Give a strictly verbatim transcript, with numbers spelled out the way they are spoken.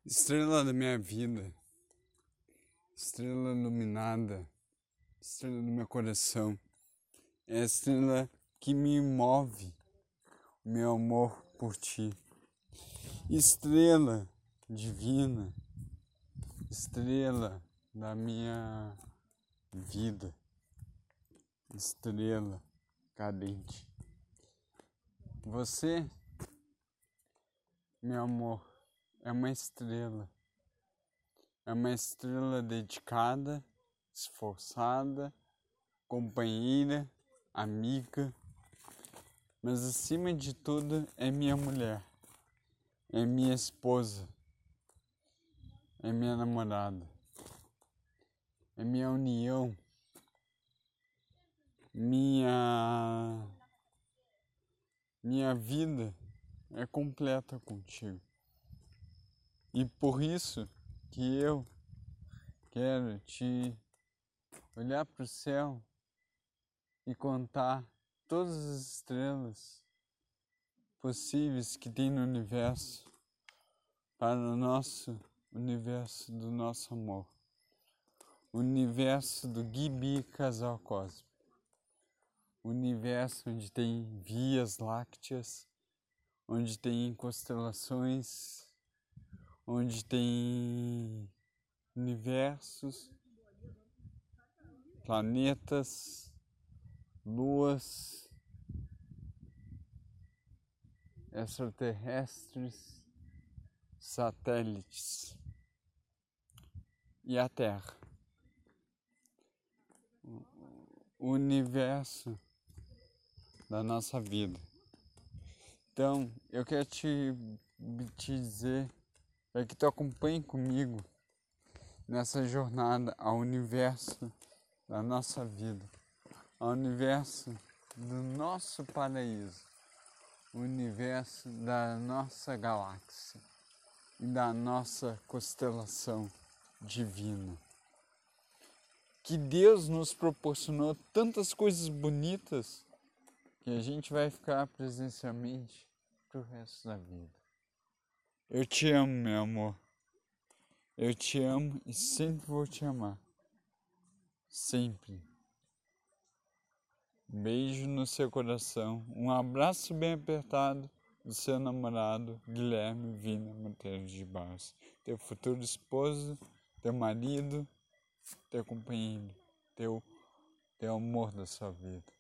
Estrela da minha vida, estrela iluminada, estrela do meu coração, é a estrela que me move o meu amor por ti. Estrela divina, estrela da minha vida, estrela cadente. Você, meu amor, é uma estrela. É uma estrela dedicada, esforçada, companheira, amiga, mas acima de tudo é minha mulher, é minha esposa, é minha namorada, é minha união, minha, minha vida é completa contigo. E por isso que eu quero te olhar para o céu e contar todas as estrelas possíveis que tem no universo para o nosso universo do nosso amor, o universo do Gibi Casal Cósmico, o universo onde tem vias lácteas, onde tem constelações, onde tem universos, planetas, luas, extraterrestres, satélites e a Terra. O universo da nossa vida. Então, eu quero te, te dizer para que tu acompanhe comigo nessa jornada ao universo da nossa vida, ao universo do nosso paraíso, o universo da nossa galáxia e da nossa constelação divina. Que Deus nos proporcionou tantas coisas bonitas que a gente vai ficar presencialmente pro resto da vida. Eu te amo, meu amor. Eu te amo e sempre vou te amar. Sempre. Um beijo no seu coração. Um abraço bem apertado do seu namorado, Guilherme Vina Monteiro de Barros. Teu futuro esposo, teu marido, teu companheiro, teu, teu amor da sua vida.